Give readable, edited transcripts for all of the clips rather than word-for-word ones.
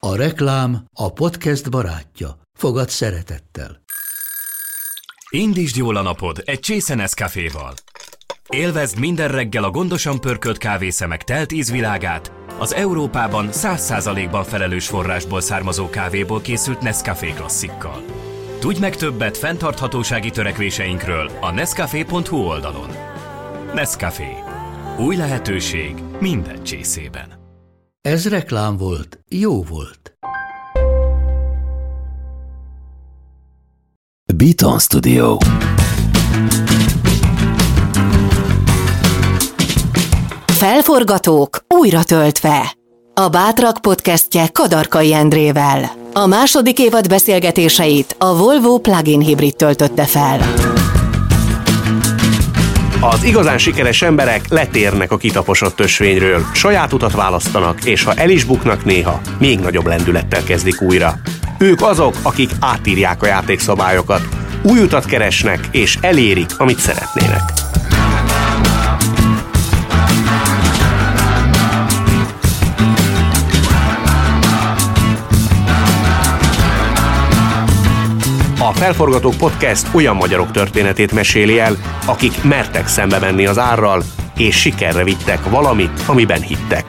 A reklám a podcast barátja. Fogad szeretettel. Indítsd jól a napod egy csésze Nescaféval. Élvezd minden reggel a gondosan pörkölt kávészemek telt ízvilágát, az Európában 100%-ban felelős forrásból származó kávéból készült Nescafé klasszikkal. Tudj meg többet fenntarthatósági törekvéseinkről a nescafé.hu oldalon. Nescafé. Új lehetőség minden csészében. Ez reklám volt, jó volt. Beaton Studio. Felforgatók újra töltve. A Bátrak podcastje Kadarkai Endrével. A második évad beszélgetéseit a Volvo plug-in hibrid töltötte fel. Az igazán sikeres emberek letérnek a kitaposott ösvényről, saját utat választanak, és ha el is buknak néha, még nagyobb lendülettel kezdik újra. Ők azok, akik átírják a játékszabályokat, új utat keresnek, és elérik, amit szeretnének. A Felforgatók Podcast olyan magyarok történetét meséli el, akik mertek szembe menni az árral, és sikerre vittek valamit, amiben hittek.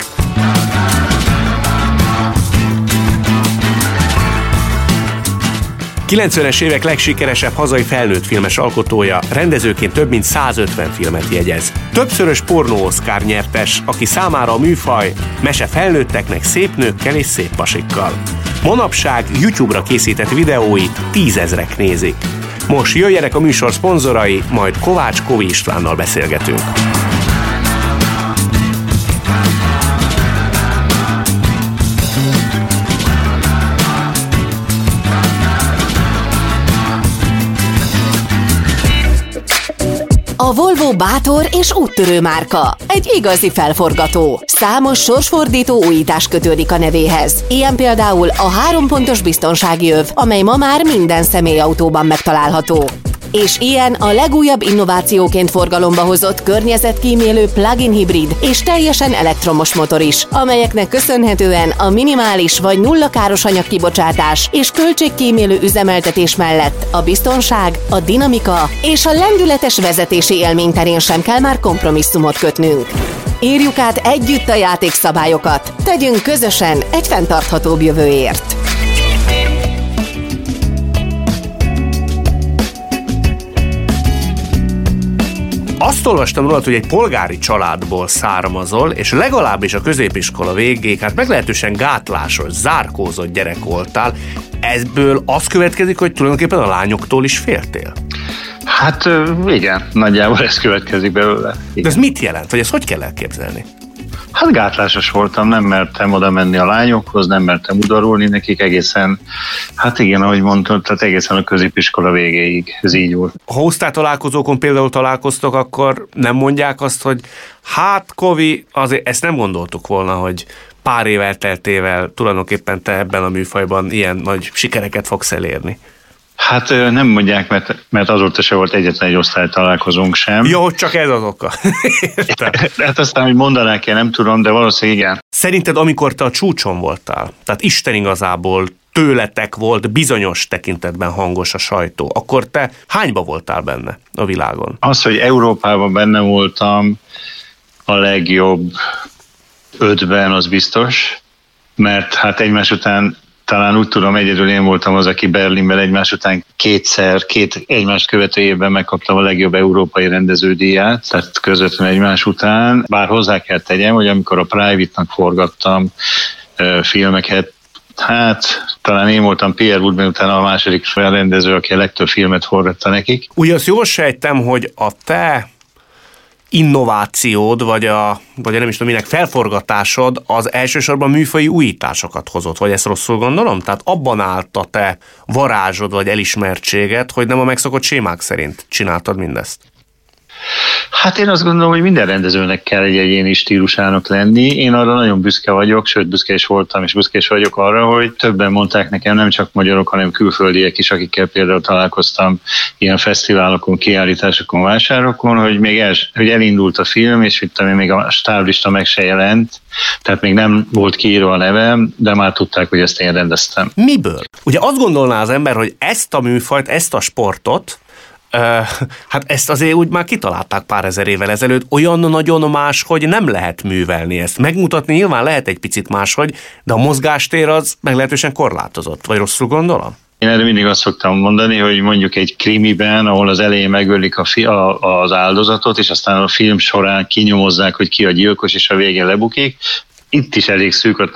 A 90-es évek legsikeresebb hazai felnőtt filmes alkotója, rendezőként több mint 150 filmet jegyez. Többszörös pornó-Oscar nyertes, aki számára a műfaj mese felnőtteknek szép nőkkel és szép pasikkal. Manapság YouTube-ra készített videóit 10 000-ek nézik. Most jöjjenek a műsor szponzorai, majd Kovács Kovi Istvánnal beszélgetünk. A Volvo bátor és úttörő márka. Egy igazi felforgató. Számos sorsfordító újítás kötődik a nevéhez. Ilyen például a 3 pontos biztonsági öv, amely ma már minden személyautóban megtalálható. És ilyen a legújabb innovációként forgalomba hozott környezetkímélő plug-in hibrid és teljesen elektromos motor is, amelyeknek köszönhetően a minimális vagy nulla káros anyagkibocsátás és költségkímélő üzemeltetés mellett a biztonság, a dinamika és a lendületes vezetési élmény terén sem kell már kompromisszumot kötnünk. Írjuk át együtt a játékszabályokat, tegyünk közösen egy fenntarthatóbb jövőért. Azt olvastam rólad, hogy egy polgári családból származol, és legalábbis a középiskola végéig meglehetősen gátlásos, zárkózott gyerek voltál. Ebből az következik, hogy tulajdonképpen a lányoktól is féltél? Hát igen, nagyjából ez következik belőle. Igen. De ez mit jelent? Vagy ezt hogy kell elképzelni? Hát gátlásos voltam, nem mertem oda menni a lányokhoz, nem mertem udvarolni nekik egészen, hát igen, ahogy mondtad, tehát egészen a középiskola végéig ez így volt. Ha osztálytalálkozókon például találkoztok, akkor nem mondják azt, hogy hát Kovi, azért ezt nem gondoltuk volna, hogy pár év elteltével tulajdonképpen te ebben a műfajban ilyen nagy sikereket fogsz elérni. Hát nem mondják, mert azóta se volt egyetlen egy osztálytalálkozónk sem. Jó, csak ez az oka. Hát aztán, hogy mondanák-e, nem tudom, de valószínűleg igen. Szerinted, amikor te a csúcson voltál, tehát Isten igazából tőletek volt bizonyos tekintetben hangos a sajtó, akkor te hányba voltál benne a világon? Az, hogy Európában benne voltam a legjobb 5-ben, az biztos, mert hát egymás után talán úgy tudom, egyedül én voltam az, aki Berlinben egymás után két egymást követő évben megkaptam a legjobb európai rendeződíját, tehát közvetlenül egymás után. Bár hozzá kell tegyem, hogy amikor a Private-nak forgattam filmeket, hát talán én voltam Pierre Woodman utána a második olyan rendező, aki a legtöbb filmet forgatta nekik. Ugye azt jól sejtem, hogy a te innovációd, vagy nem is tudom minek, felforgatásod az elsősorban műfaji újításokat hozott, vagy ezt rosszul gondolom? Tehát abban állt a te varázsod, vagy elismertséged, hogy nem a megszokott sémák szerint csináltad mindezt? Hát én azt gondolom, hogy minden rendezőnek kell egy egyéni stílusának lenni. Én arra nagyon büszke vagyok, sőt büszke is voltam, és büszke is vagyok arra, hogy többen mondták nekem, nem csak magyarok, hanem külföldiek is, akikkel például találkoztam ilyen fesztiválokon, kiállításokon, vásárokon, hogy még hogy elindult a film, és itt még a stáblista meg se jelent, tehát még nem volt kiírva a nevem, de már tudták, hogy ezt én rendeztem. Miből? Ugye azt gondolná az ember, hogy ezt a műfajt, ezt a sportot, hát ezt azért úgy már kitalálták pár ezer évvel ezelőtt, olyan nagyon más, hogy nem lehet művelni ezt. Megmutatni nyilván lehet egy picit máshogy, de a mozgástér az meglehetősen korlátozott. Vagy rosszul gondolom? Én erre mindig azt szoktam mondani, hogy mondjuk egy krimiben, ahol az elején megölik az áldozatot, és aztán a film során kinyomozzák, hogy ki a gyilkos, és a végén lebukik, itt is elég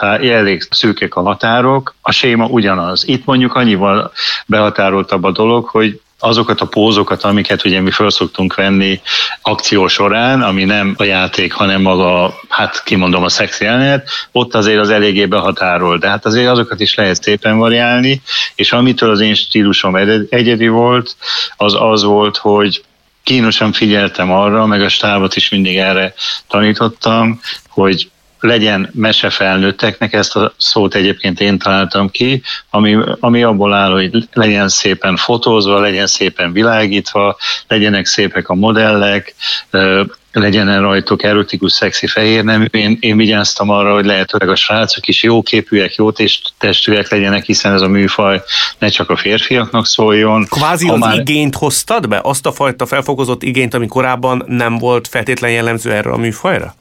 szűkek a határok, a séma ugyanaz. Itt mondjuk annyival behatároltabb a dolog, hogy azokat a pózokat, amiket ugye mi föl szoktunk venni akció során, ami nem a játék, hanem maga, hát kimondom, a szex jelenet, ott azért az eléggé behatárol, de hát azért azokat is lehet szépen variálni, és amitől az én stílusom egyedi volt, az volt, hogy kínosan figyeltem arra, meg a stábot is mindig erre tanítottam, hogy legyen mese felnőtteknek, ezt a szót egyébként én találtam ki, ami abból áll, hogy legyen szépen fotózva, legyen szépen világítva, legyenek szépek a modellek, legyen rajtuk erotikus, szexi fehérnemű. Én vigyáztam arra, hogy lehetőleg a srácok is jóképűek, jó testűek legyenek, hiszen ez a műfaj ne csak a férfiaknak szóljon. Kvázi az igényt hoztad be? Azt a fajta felfokozott igényt, ami korábban nem volt feltétlen jellemző erre a műfajra?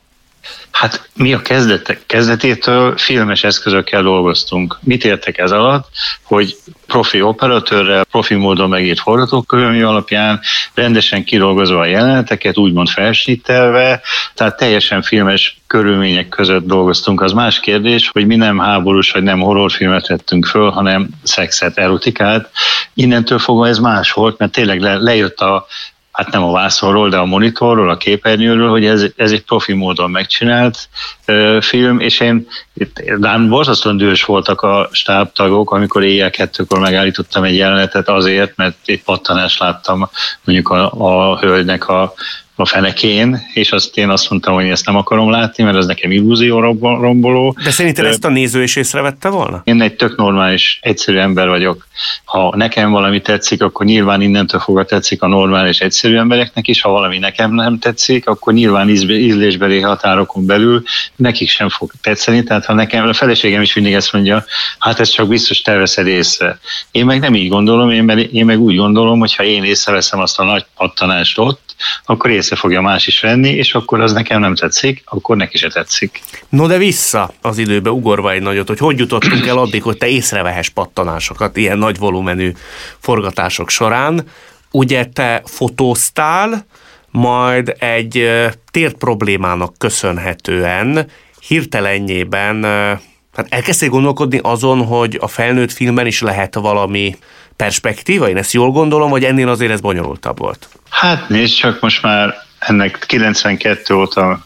Hát mi a kezdetétől filmes eszközökkel dolgoztunk. Mit értek ez alatt? Hogy profi operatőrrel, profi módon megírt forgatókönyv alapján, rendesen kidolgozva a jeleneteket, úgymond felsnittelve, tehát teljesen filmes körülmények között dolgoztunk. Az más kérdés, hogy mi nem háborús vagy nem horrorfilmet vettünk föl, hanem szexet, erotikát. Innentől fogva ez más volt, mert tényleg lejött hát nem a vászonról, de a monitorról, a képernyőről, hogy ez egy profi módon megcsinált film, és borzasztóan dühös voltak a stábtagok, amikor éjjel 2-kor megállítottam egy jelenetet azért, mert egy pattanást láttam mondjuk a hölgynek a fenekén, és én azt mondtam, hogy ezt nem akarom látni, mert ez nekem illúzió romboló. De szerinted ezt a néző is észrevette volna? Én egy tök normális, egyszerű ember vagyok. Ha nekem valami tetszik, akkor nyilván innentől fogva tetszik a normális, egyszerű embereknek is. Ha valami nekem nem tetszik, akkor nyilván ízlésbeli határokon belül nekik sem fog tetszeni. Tehát ha nekem, a feleségem is mindig ezt mondja, hát ez csak biztos te veszed észre. Én meg nem így gondolom, én meg úgy gondolom, hogy ha én észreveszem azt a nagy pattanást ott, akkor észre fogja más is venni, és akkor az nekem nem tetszik, akkor neki se tetszik. No de vissza az időbe, ugorva egy nagyot, hogy jutottunk el addig, hogy te észrevehess pattanásokat ilyen nagy volumenű forgatások során. Ugye te fotóztál, majd egy tért problémának köszönhetően hirtelenjében hát elkezdtél gondolkodni azon, hogy a felnőtt filmben is lehet valami perspektíva? Én ezt jól gondolom, vagy ennél azért ez bonyolultabb volt? Hát nézd csak, most már ennek 92 óta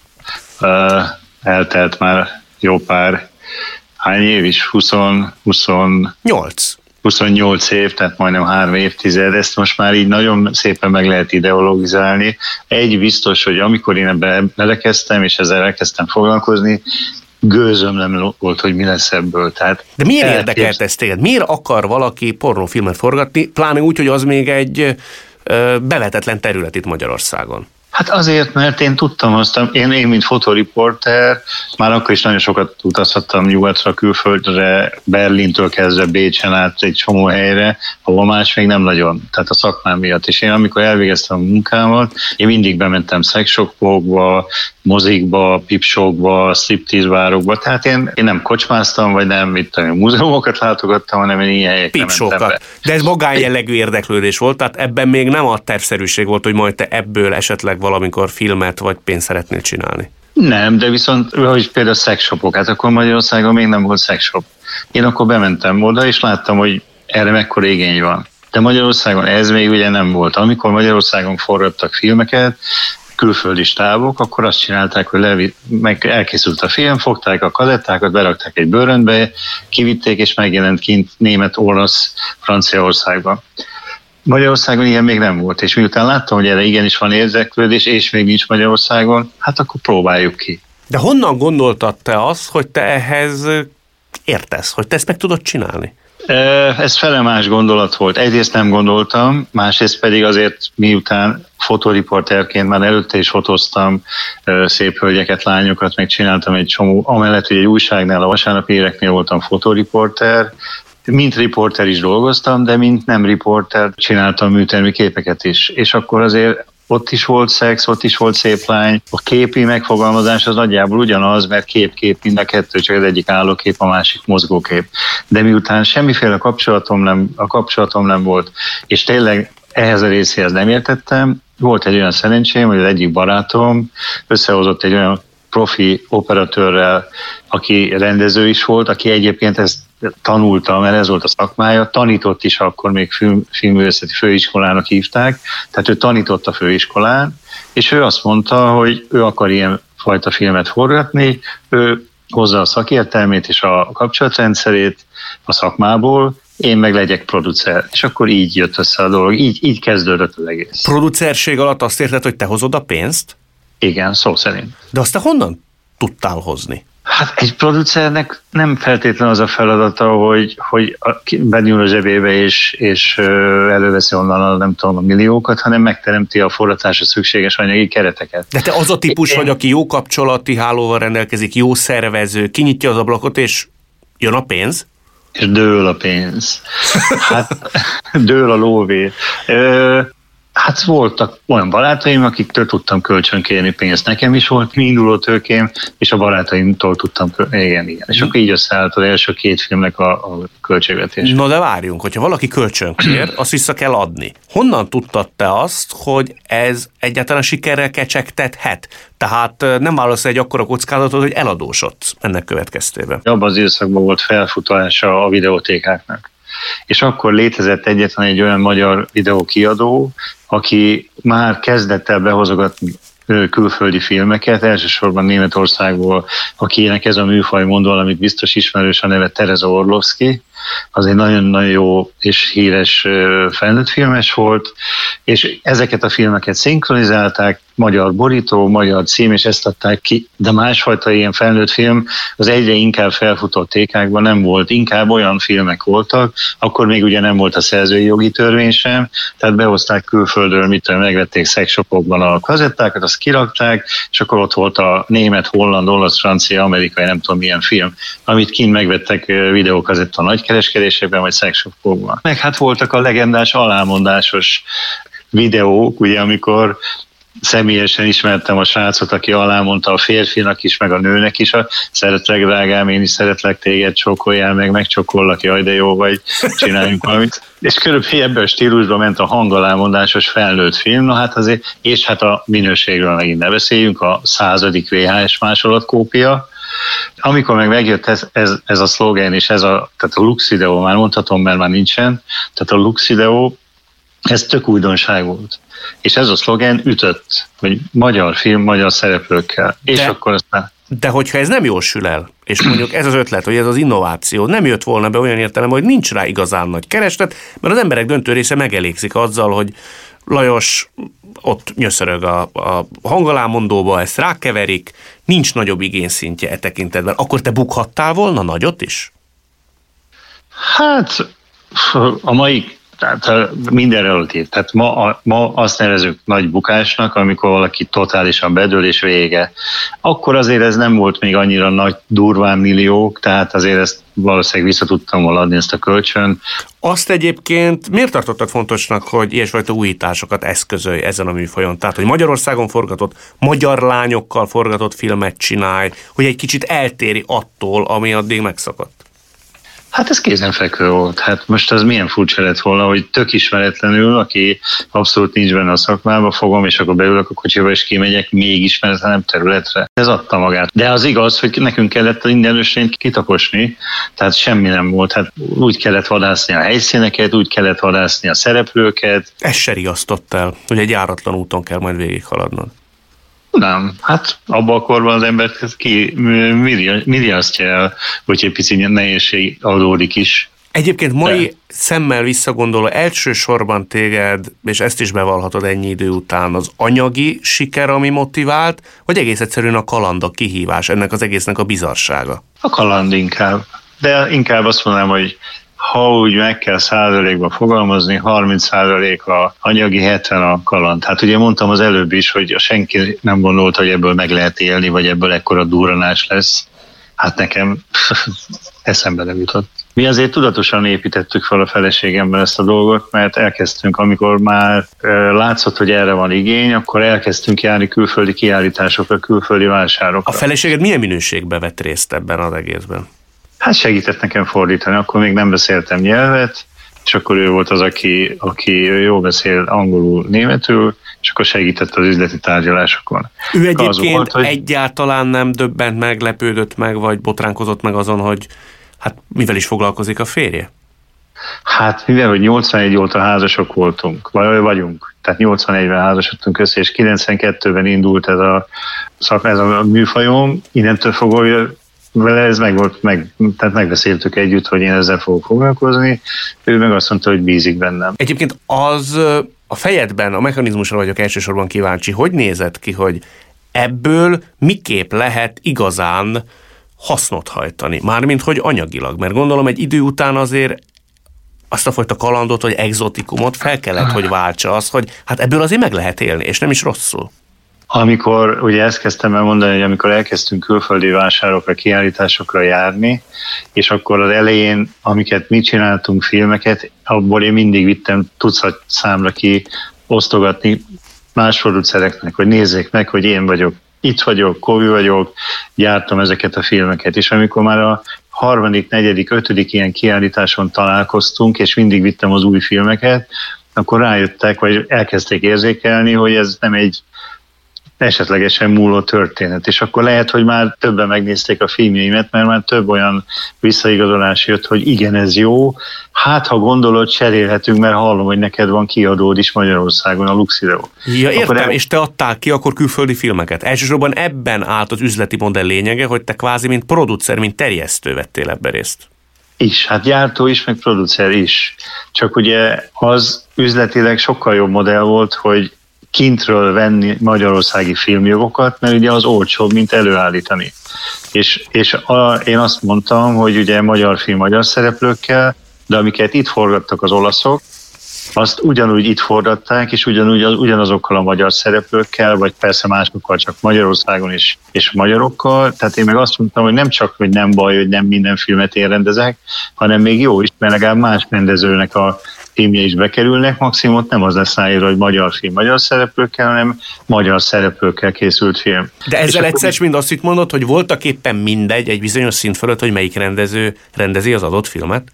eltelt már jó pár, hány év is? 28 év, tehát majdnem 3 évtized, ezt most már így nagyon szépen meg lehet ideologizálni. Egy biztos, hogy amikor én ebbe belekezdtem, és ezzel elkezdtem foglalkozni, gőzöm nem volt, hogy mi lesz ebből. Tehát de miért érdekelt ez téged? Miért akar valaki pornófilmet forgatni, pláne úgy, hogy az még egy bevetetlen terület itt Magyarországon? Hát azért, mert én tudtam azt, én mint fotoriporter, már akkor is nagyon sokat utazhattam nyugatra, külföldre, Berlintől kezdve Bécsen át egy csomó helyre, ahol más még nem nagyon, tehát a szakmám miatt. És én amikor elvégeztem a munkámat, én mindig bementem szexshopokba, mozikba, pipshopba, striptease bárokba, tehát én nem kocsmáztam, vagy nem múzeumokat látogattam, hanem én ilyen helyekre mentem be. De ez magánjellegű érdeklődés volt, tehát ebben még nem a tervszerűség volt, hogy majd te ebből esetleg valamikor filmet vagy pénzt szeretnél csinálni. Nem, de viszont, hogy például szexshopok, hát akkor Magyarországon még nem volt szexshop. Én akkor bementem oda, és láttam, hogy erre mekkora igény van. De Magyarországon ez még ugye nem volt. Amikor Magyarországon forgattak filmeket, külföldi stábok, akkor azt csinálták, hogy elkészült a film, fogták a kazettákat, berakták egy bőröntbe, kivitték, és megjelent kint német, olasz, Franciaországban. Magyarországon ilyen még nem volt, és miután láttam, hogy erre igenis van érdeklődés, és még nincs Magyarországon, hát akkor próbáljuk ki. De honnan gondoltad te azt, hogy te ehhez értesz, hogy te ezt meg tudod csinálni? Ez felemás gondolat volt. Egyrészt nem gondoltam, másrészt pedig azért miután fotóriporterként már előtte is fotóztam szép hölgyeket, lányokat, meg csináltam egy csomó, amellett, hogy egy újságnál, a Vasárnapi Híreknél voltam fotóriporter, mint riporter is dolgoztam, de mint nem riporter csináltam műtermi képeket is. És akkor azért ott is volt szex, ott is volt szép lány. A képi megfogalmazás az nagyjából ugyanaz, mert kép mind a kettő, csak az egyik állókép, a másik mozgókép. De miután semmiféle kapcsolatom nem volt, és tényleg ehhez a részéhez nem értettem, volt egy olyan szerencsém, hogy az egyik barátom összehozott egy olyan profi operatőrrel, aki rendező is volt, aki egyébként ezt tanulta, mert ez volt a szakmája, tanított is, akkor még filmművészeti főiskolának hívták, tehát ő tanított a főiskolán, és ő azt mondta, hogy ő akar ilyen fajta filmet forgatni, ő hozza a szakértelmét és a kapcsolatrendszerét a szakmából, én meg legyek producer. És akkor így jött össze a dolog, így kezdődött az egész. Producerség alatt azt érted, hogy te hozod a pénzt? Igen, szó szerint. De azt te honnan tudtál hozni? Hát egy producernek nem feltétlen az a feladata, hogy benyúl a zsebébe és előveszi onnan nem tudom, a milliókat, hanem megteremti a forgatásra szükséges anyagi kereteket. De te az a típus vagy, aki jó kapcsolati hálóval rendelkezik, jó szervező, kinyitja az ablakot, és jön a pénz? És dől a pénz. Hát dől a lóvé. Hát voltak olyan barátaim, akiktől tudtam kölcsönkérni pénzt. Nekem is volt induló tőkém, és a barátaimtól tudtam, igen. És akkor így összeállt az első 2 filmnek a költségvetés. No de várjunk, hogyha valaki kölcsönkér, azt vissza kell adni. Honnan tudtad te azt, hogy ez egyáltalán sikerrel kecsegtethet? Tehát nem válasz egy akkora kockázatot, hogy eladósodsz ennek következtében. Abban az időszakban volt felfutása a videótékáknak. És akkor létezett egyetlen egy olyan magyar videókiadó, aki már kezdett el behozogatni külföldi filmeket, elsősorban Németországból, akinek ez a műfaj mond valamit biztos ismerős, a neve Tereza Orlovszki, az egy nagyon-nagyon jó és híres felnőtt filmes volt, és ezeket a filmeket szinkronizálták, magyar borító, magyar cím, és ezt adták ki, de másfajta ilyen felnőtt film az egyre inkább felfutott tékákban nem volt, inkább olyan filmek voltak, akkor még ugye nem volt a szerzői jogi törvény sem, tehát behozták külföldről, megvették szexshopokban a kazettákat, azt kirakták, és akkor ott volt a német, holland, olasz, francia, amerikai, nem tudom milyen film, amit kint megvettek videókazetta nagykereskedésekben, vagy szexshopokban. Meg hát voltak a legendás alámondásos videók, ugye amikor személyesen ismertem a srácot, aki alámondta a férfinak is, meg a nőnek is, szeretlek drágám, én is szeretlek téged, csókoljál meg, megcsókollak, jaj de jó vagy, csináljunk valamit. És körülbelül ebben a stílusban ment a hangalámondásos felnőtt film, na hát azért, és hát a minőségről megint ne beszéljünk, a 100. VHS másolatkópia. Amikor meg megjött ez a szlogán, és tehát a Lux Video, már mondhatom, mert már nincsen, tehát a Lux Video, ez tök újdonság volt. És ez a szlogán ütött, hogy magyar film, magyar szereplőkkel. És akkor aztán... De hogyha ez nem jól sül el, és mondjuk ez az ötlet, hogy ez az innováció nem jött volna be olyan értelemben, hogy nincs rá igazán nagy kereslet, mert az emberek döntő része megelégszik azzal, hogy Lajos ott nyöszörög a hangalámondóba, ezt rákeverik, nincs nagyobb igényszintje e tekintetben. Akkor te bukhattál volna nagyot is? Hát a mai... Tehát minden relatív. Tehát ma azt nevezünk nagy bukásnak, amikor valaki totálisan bedől és vége. Akkor azért ez nem volt még annyira nagy, durván milliók, tehát azért ezt valószínűleg vissza tudtam volna adni ezt a kölcsön. Azt egyébként miért tartottad fontosnak, hogy ilyesfajta újításokat eszközölj ezen a műfajon? Tehát, hogy Magyarországon forgatott, magyar lányokkal forgatott filmet csinálj, hogy egy kicsit eltéri attól, ami addig megszakadt? Hát ez kézenfekvő volt. Hát most az milyen furcsa lett volna, hogy tök ismeretlenül, aki abszolút nincs benne a szakmában, fogom, és akkor beülök a kocsiba, és kimegyek még ismeretlenebb területre. Ez adta magát. De az igaz, hogy nekünk kellett minden ösvényt kitaposni, tehát semmi nem volt. Hát úgy kellett vadászni a helyszíneket, úgy kellett vadászni a szereplőket. Ez se riasztott el, hogy egy járatlan úton kell majd végighaladnod. Nem, hát abban a korban az embert ki mi riasztja el, hogy egy pici nehézség adódik is. Egyébként mai szemmel visszagondolva elsősorban téged, és ezt is bevallhatod ennyi idő után, az anyagi siker, ami motivált, vagy egész egyszerűen a kaland, a kihívás, ennek az egésznek a bizarsága? A kaland inkább. De inkább azt mondanám, hogy ha úgy meg kell 100%-ban fogalmazni, 30% a anyagi, 70 a kaland. Hát ugye mondtam az előbb is, hogy senki nem gondolta, hogy ebből meg lehet élni, vagy ebből ekkora durranás lesz. Hát nekem eszembe nem jutott. Mi azért tudatosan építettük fel a feleségemmel ezt a dolgot, mert elkezdtünk, amikor már látszott, hogy erre van igény, akkor elkezdtünk járni külföldi kiállításokra, külföldi vásárokra. A feleséged milyen minőségben vett részt ebben az egészben? Hát segített nekem fordítani, akkor még nem beszéltem nyelvet, és akkor ő volt az, aki jól beszél angolul, németül, és akkor segített az üzleti tárgyalásokon. Ő egyébként volt, hogy egyáltalán nem döbbent meg, lepődött meg, vagy botránkozott meg azon, hogy hát mivel is foglalkozik a férje? Hát mivel, hogy 81 óta házasok vagyunk, tehát 81-ben házasodtunk össze, és 92-ben indult ez a műfajom, innentől fogva vele ez tehát megbeszéltük együtt, hogy én ezzel fogok foglalkozni, ő meg azt mondta, hogy bízik bennem. Egyébként az a fejedben, a mechanizmusra vagyok elsősorban kíváncsi, hogy nézett ki, hogy ebből miképp lehet igazán hasznot hajtani, mármint hogy anyagilag, mert gondolom egy idő után azért azt a fajta kalandot, vagy egzotikumot fel kellett, hogy váltsa az, hogy hát ebből azért meg lehet élni, és nem is rosszul. Amikor, ugye ezt kezdtem el mondani, hogy amikor elkezdtünk külföldi vásárokra, kiállításokra járni, és akkor az elején, amiket mi csináltunk filmeket, abból én mindig vittem tucat számra ki osztogatni más producereknek, hogy nézzék meg, hogy én vagyok, itt vagyok, Kovi vagyok, gyártam ezeket a filmeket, és amikor már a 3., 4., 5. ilyen kiállításon találkoztunk, és mindig vittem az új filmeket, akkor rájöttek, vagy elkezdték érzékelni, hogy ez nem egy esetlegesen múló történet, és akkor lehet, hogy már többen megnézték a filmjeimet, mert már több olyan visszaigazolás jött, hogy igen, ez jó, hát ha gondolod, cserélhetünk, mert hallom, hogy neked van kiadód is Magyarországon, a Luxideo. Ja, értem, és te adtál ki akkor külföldi filmeket. Elsősorban ebben állt az üzleti modell lényege, hogy te kvázi mint producer, mint terjesztő vettél ebben részt. Hát gyártó is, meg producer is. Csak ugye az üzletileg sokkal jobb modell volt, hogy kintről venni magyarországi filmjogokat, mert ugye az olcsóbb, mint előállítani. És én azt mondtam, hogy ugye magyar film magyar szereplőkkel, de amiket itt forgattak az olaszok, azt ugyanúgy itt forgatták, és ugyanazokkal a magyar szereplőkkel, vagy persze másokkal, csak Magyarországon is, és magyarokkal. Tehát én meg azt mondtam, hogy nem csak, hogy nem baj, hogy nem minden filmet én rendezek, hanem még jó is, mert legalább más rendezőnek a filmje is bekerülnek, maximum ott nem az lesz ráírva, hogy magyar film magyar szereplőkkel, hanem magyar szereplőkkel készült film. De ezzel egyszer mind azt itt mondod, hogy voltak éppen mindegy egy bizonyos szint fölött, hogy melyik rendező rendezi az adott filmet?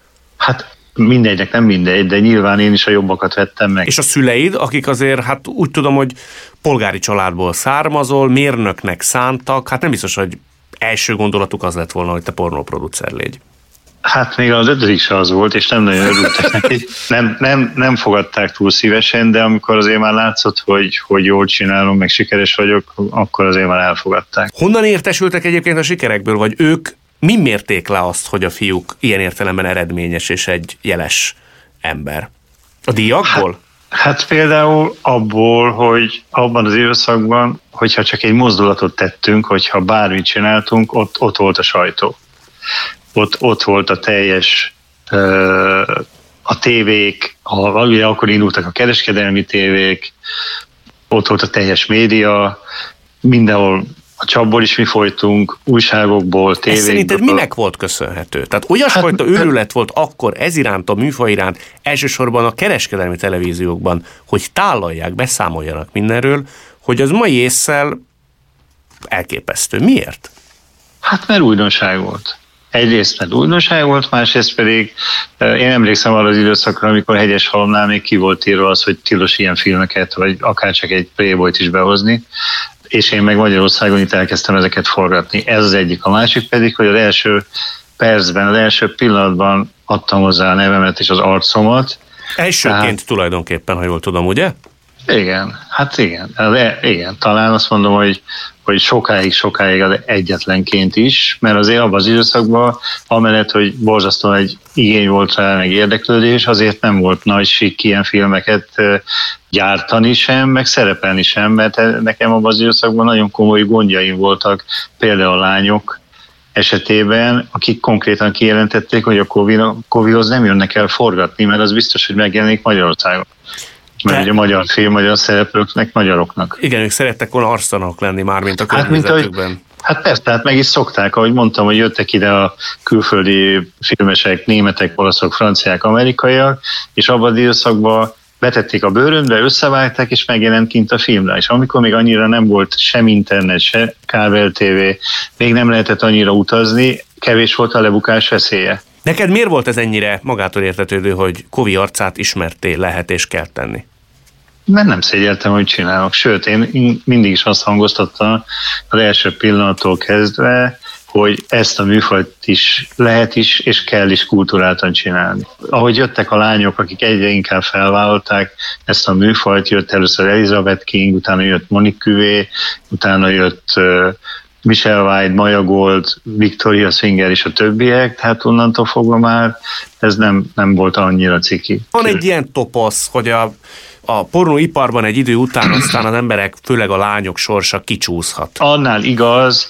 Hát mindegynek nem mindegy, de nyilván én is a jobbakat vettem meg. És a szüleid, akik azért, hát úgy tudom, hogy polgári családból származol, mérnöknek szántak, hát nem biztos, hogy első gondolatuk az lett volna, hogy te pornóproducer légy. Hát még az 5. se az volt, és nem nagyon örültek neki. Nem fogadták túl szívesen, de amikor azért már látszott, hogy jól csinálom, meg sikeres vagyok, akkor azért már elfogadták. Honnan értesültek egyébként a sikerekből, vagy ők mi mérték le azt, hogy a fiúk ilyen értelemben eredményes és egy jeles ember? A díjakból? Hát például abból, hogy abban az időszakban, hogyha csak egy mozdulatot tettünk, hogyha bármit csináltunk, ott volt a sajtó. Ott volt a teljes, a tévék, akkor indultak a kereskedelmi tévék, ott volt a teljes média, mindenhol a csapból is mi folytunk, újságokból, tévékből. Ez szerinted minek volt köszönhető? Tehát olyasfajta őrület volt akkor ez iránt, a műfaj iránt, elsősorban a kereskedelmi televíziókban, hogy tálalják, beszámoljanak mindenről, hogy az mai ésszel elképesztő. Miért? Hát mert újdonság volt. Egyrészt mert újdonság volt, másrészt pedig én emlékszem arra az időszakra, amikor Hegyeshalomnál még ki volt írva az, hogy tilos ilyen filmeket, vagy akár csak egy Playboyt is behozni, és én meg Magyarországon itt elkezdtem ezeket forgatni. Ez az egyik. A másik pedig, hogy az első percben, az első pillanatban adtam hozzá a nevemet és az arcomat. Elsőként tulajdonképpen, ha jól tudom, ugye? Igen, hát igen. Igen, talán azt mondom, hogy sokáig az egyetlenként is, mert azért abban az időszakban, amellett, hogy borzasztóan egy igény volt rá, meg érdeklődés, azért nem volt nagy sikk ilyen filmeket gyártani sem, meg szerepelni sem, mert nekem abban az időszakban nagyon komoly gondjaim voltak, például a lányok esetében, akik konkrétan kijelentették, hogy a Covihoz nem jönnek el forgatni, mert az biztos, hogy megjelenik Magyarországon. Mert ugye a magyar film, magyar szereplőknek, magyaroknak. Igen, ők szerettek volna arcstanok lenni már, mint a környezetükben. Hát persze, hát meg is szokták, ahogy mondtam, hogy jöttek ide a külföldi filmesek, németek, olaszok, franciák, amerikaiak, és abban az időszakban betették a bőröndbe, összevágták, és megjelent kint a filmre. És amikor még annyira nem volt sem internet, se kábel TV, még nem lehetett annyira utazni, kevés volt a lebukás veszélye. Neked miért volt ez ennyire magától értetődő, hogy Covey arcát ismerté lehet és kell tenni? Mert nem szégyeltem, hogy csinálok. Sőt, én mindig is azt hangoztattam az első pillanattól kezdve, hogy ezt a műfajt is lehet is, és kell is kulturáltan csinálni. Ahogy jöttek a lányok, akik egyre inkább felvállalták ezt a műfajt, jött először Elizabeth King, utána jött Monique Cuvée, utána jött Michelle White, Maya Gold, Victoria Singer és a többiek, tehát onnantól fogva már ez nem volt annyira ciki. Van egy ilyen toposz, hogy a pornóiparban egy idő után aztán az emberek, főleg a lányok sorsa kicsúszhat. Annál igaz,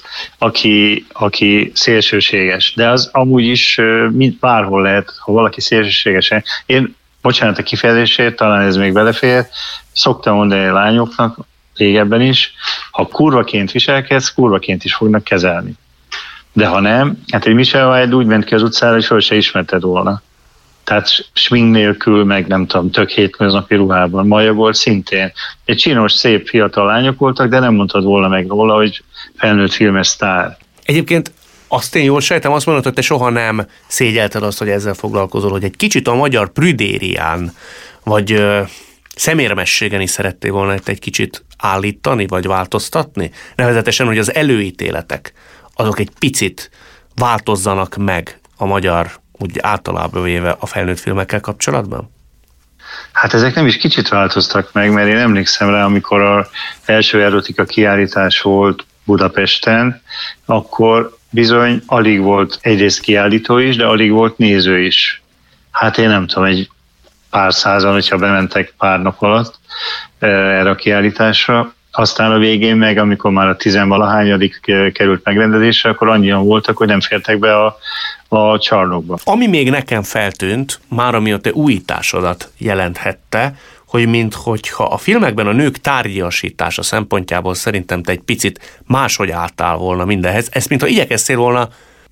aki szélsőséges, de az amúgy is bárhol lehet, ha valaki szélsőségesen. Én, bocsánat a kifejezésért, talán ez még belefér, szoktam mondani a lányoknak, régebben is, ha kurvaként viselkedsz, kurvaként is fognak kezelni. De ha nem, hát egy Michelle White úgy ment ki az utcára, és föl se ismerted volna. Tehát smink nélkül, meg nem tudom, tök hétköznapi ruhában. Maya volt szintén. Egy csinos, szép fiatal lányok voltak, de nem mondtad volna meg róla, hogy felnőtt filmes sztár. Egyébként azt én jól sejtem, azt mondod, hogy te soha nem szégyelted azt, hogy ezzel foglalkozol, hogy egy kicsit a magyar prüdérián, vagy szemérmességen is szerettél volna egy kicsit állítani, vagy változtatni? Nevezetesen, hogy az előítéletek, azok egy picit változzanak meg a magyar, úgy általában véve a felnőtt filmekkel kapcsolatban? Hát ezek nem is kicsit változtak meg, mert én emlékszem rá, amikor az első erotika kiállítás volt Budapesten, akkor bizony alig volt egyrészt kiállító is, de alig volt néző is. Hát én nem tudom, egy pár százan, hogyha bementek pár nap alatt erre a kiállításra. Aztán a végén meg, amikor már a 10-valahányadik került megrendezésre, akkor annyian voltak, hogy nem fértek be a csarnokba. Ami még nekem feltűnt, már ami a te újításodat jelenthette, hogy minthogyha a filmekben a nők tárgyasítása szempontjából szerintem te egy picit máshogy álltál volna mindenhez. Ezt mintha igyekeztél volna,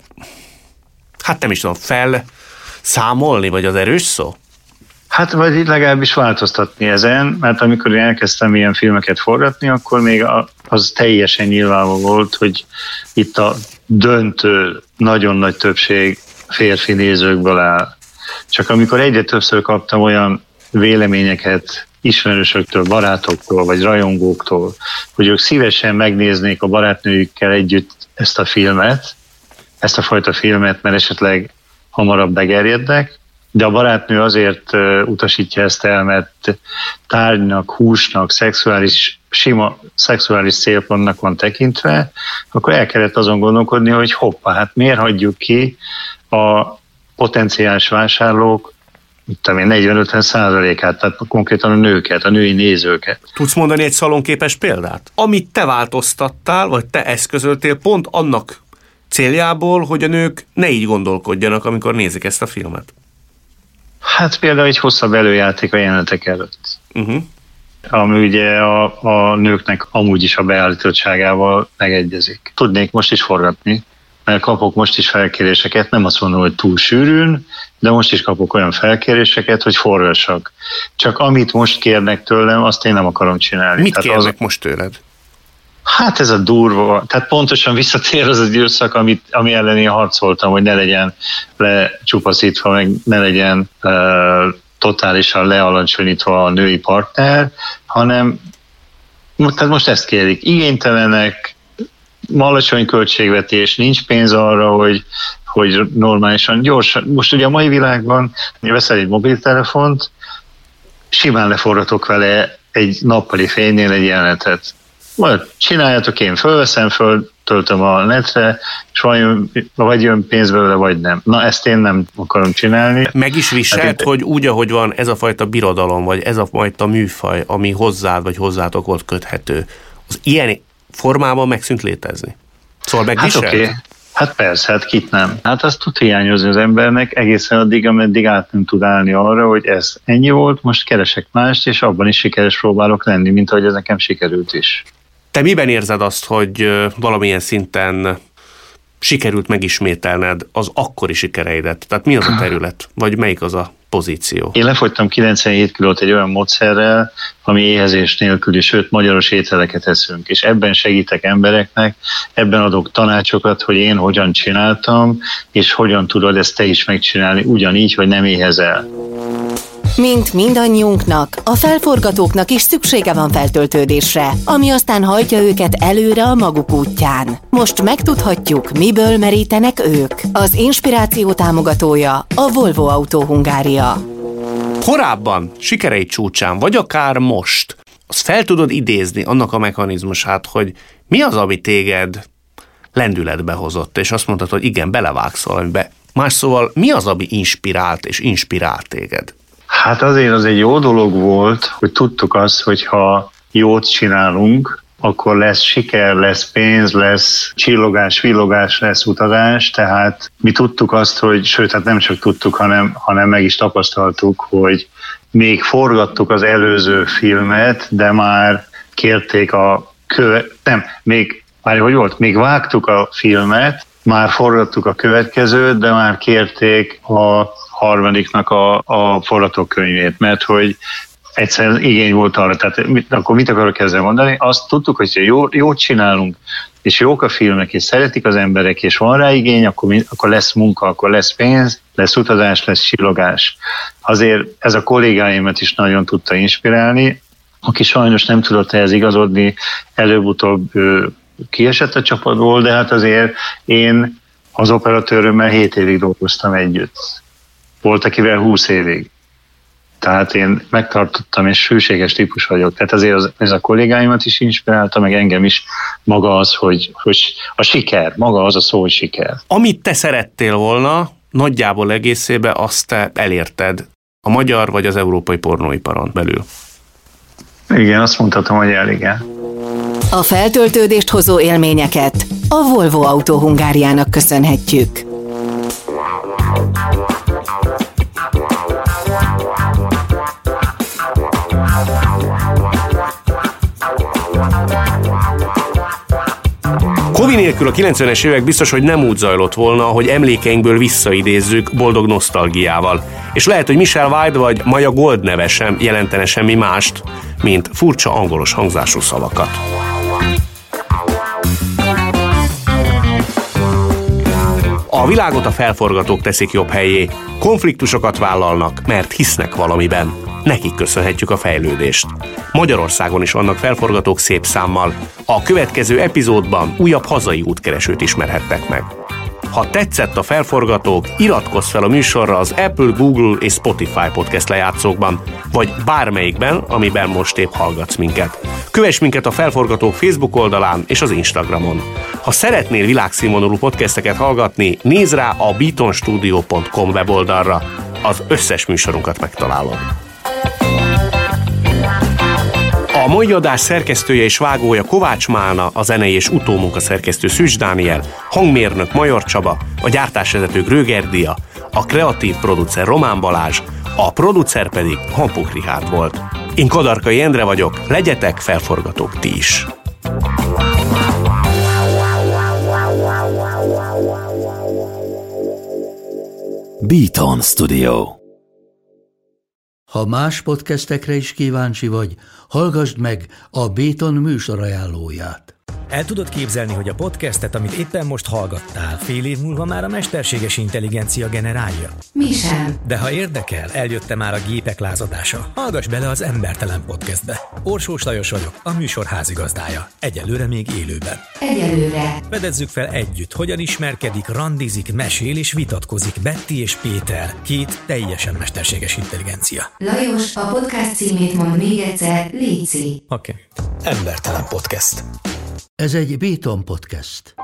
hát nem is tudom, felszámolni, vagy az erős szó? Hát vagy legalábbis változtatni ezen, mert amikor én elkezdtem ilyen filmeket forgatni, akkor még az teljesen nyilvánvaló volt, hogy itt a döntő, nagyon nagy többség férfi nézőkből áll. Csak amikor egyre többször kaptam olyan véleményeket ismerősöktől, barátoktól vagy rajongóktól, hogy ők szívesen megnéznék a barátnőjükkel együtt ezt a filmet, ezt a fajta filmet, mert esetleg hamarabb begerjednek, de a barátnő azért utasítja ezt el, mert tárgynak, húsnak, sima szexuális célpontnak van tekintve, akkor el kellett azon gondolkodni, hogy hoppá, hát miért hagyjuk ki a potenciális vásárlók, 40-50%-át, tehát konkrétan a nőket, a női nézőket. Tudsz mondani egy szalonképes példát? Amit te változtattál, vagy te eszközöltél pont annak céljából, hogy a nők ne így gondolkodjanak, amikor nézik ezt a filmet? Hát például egy hosszabb előjáték a jelenetek előtt. Ami ugye a nőknek amúgy is a beállítottságával megegyezik. Tudnék most is forgatni, mert kapok most is felkéréseket, nem azt mondom, hogy túl sűrűn, de most is kapok olyan felkéréseket, hogy forgassak. Csak amit most kérnek tőlem, azt én nem akarom csinálni. Mit kérnek most tőled? Hát ez a durva, tehát pontosan visszatér az időszak, ami ellen én harcoltam, hogy ne legyen lecsupaszítva, meg ne legyen totálisan lealacsonyítva a női partner, hanem tehát most ezt kérik. Igénytelenek, alacsony költségvetés, nincs pénz arra, hogy normálisan, gyorsan. Most ugye a mai világban veszel egy mobiltelefont, simán leforgatok vele egy nappali fénynél egy jelenetet. Majd csináljátok, én fölveszem, föltöltöm a netre, és vagy jön pénz belőle, vagy nem. Na, ezt én nem akarom csinálni. Meg is viselt, hogy úgy, ahogy van ez a fajta birodalom, vagy ez a fajta műfaj, ami hozzád, vagy hozzátok volt köthető, az ilyen formában megszűnt létezni? Szóval megviselt? Hát oké. Hát persze, hát kit nem. Hát azt tud hiányozni az embernek egészen addig, ameddig át nem tud állni arra, hogy ez ennyi volt, most keresek mást, és abban is sikeres próbálok lenni, mint ahogy ez nekem sikerült is. Te miben érzed azt, hogy valamilyen szinten sikerült megismételned az akkori sikereidet? Tehát mi az a terület, vagy melyik az a pozíció? Én lefogytam 97 kilót egy olyan módszerrel, ami éhezés nélküli, sőt magyaros ételeket eszünk, és ebben segítek embereknek, ebben adok tanácsokat, hogy én hogyan csináltam, és hogyan tudod ezt te is megcsinálni ugyanígy, hogy nem éhezel. Mint mindannyiunknak, a felforgatóknak is szüksége van feltöltődésre, ami aztán hajtja őket előre a maguk útján. Most megtudhatjuk, miből merítenek ők. Az inspiráció támogatója a Volvo Autó Hungária. Korábban, sikerei csúcsán, vagy akár most, azt fel tudod idézni annak a mechanizmusát, hogy mi az, ami téged lendületbe hozott, és azt mondtad, hogy igen, belevágsz valamibe. Más szóval, mi az, ami inspirált és inspirált téged? Hát azért az egy jó dolog volt, hogy tudtuk azt, hogy ha jót csinálunk, akkor lesz siker, lesz pénz, lesz csillogás, villogás, lesz utazás, tehát mi tudtuk azt, hogy, sőt, hát nem csak tudtuk, hanem meg is tapasztaltuk, hogy még forgattuk az előző filmet, de már kérték még vágtuk a filmet, már forgattuk a következőt, de már kérték a harmadiknak a forgatókönyvét, mert hogy egyszerűen igény volt arra. Tehát akkor mit akarok ezzel mondani? Azt tudtuk, hogy jót csinálunk, és jók a filmek, és szeretik az emberek, és van rá igény, akkor lesz munka, akkor lesz pénz, lesz utazás, lesz csillogás. Azért ez a kollégáimat is nagyon tudta inspirálni, aki sajnos nem tudott ehhez igazodni, előbb-utóbb kiesett a csapatból, de hát azért én az operatőrömmel 7 évig dolgoztam együtt. Volt, akivel 20 évig. Tehát én megtartottam, és hűséges típus vagyok. Tehát azért ez a kollégáimat is inspirálta, meg engem is maga az, hogy a siker, maga az a szó, hogy siker. Amit te szerettél volna, nagyjából egészében azt te elérted a magyar vagy az európai pornóiparon belül. Igen, azt mondhatom, hogy igen. A feltöltődést hozó élményeket a Volvo Autó Hungáriának köszönhetjük. Kovi nélkül a 90-es évek biztos, hogy nem úgy zajlott volna, ahogy emlékeinkből visszaidézzük boldog nosztalgiával. És lehet, hogy Michelle White vagy Maya Gold neve sem jelentene semmi mást, mint furcsa angolos hangzású szavakat. A világot a felforgatók teszik jobb helyé, konfliktusokat vállalnak, mert hisznek valamiben. Nekik köszönhetjük a fejlődést. Magyarországon is vannak felforgatók szép számmal. A következő epizódban újabb hazai útkeresőt ismerhettek meg. Ha tetszett a felforgatók, iratkozz fel a műsorra az Apple, Google és Spotify podcast lejátszókban, vagy bármelyikben, amiben most épp hallgatsz minket. Kövess minket a Felforgatók Facebook oldalán és az Instagramon. Ha szeretnél világszínvonalú podcasteket hallgatni, nézz rá a beatonstudio.com weboldalra. Az összes műsorunkat megtalálod. A mai adás szerkesztője és vágója Kovács Málna, a zenei és utómunka szerkesztő Szűcs Dániel, hangmérnök Major Csaba, a gyártásvezető Gröger Dia, a kreatív producer Román Balázs, a producer pedig Hampuk Richárd volt. Én Kadarkai Endre vagyok, legyetek felforgatók ti is! Beaton Studio. Ha más podcastekre is kíváncsi vagy, hallgassd meg a Beaton műsorajánlóját. El tudod képzelni, hogy a podcastet, amit éppen most hallgattál, fél év múlva már a mesterséges intelligencia generálja? Mi sem. De ha érdekel, eljött már a gépek lázadása. Hallgass bele az Embertelen Podcastbe. Orsós Lajos vagyok, a műsor házigazdája. Egyelőre még élőben. Egyelőre. Fedezzük fel együtt, hogyan ismerkedik, randizik, mesél és vitatkozik Betty és Péter, két teljesen mesterséges intelligencia. Lajos, a podcast címét mond még egyszer, léci. Oké. Embertelen Podcast. Ez egy Béton Podcast.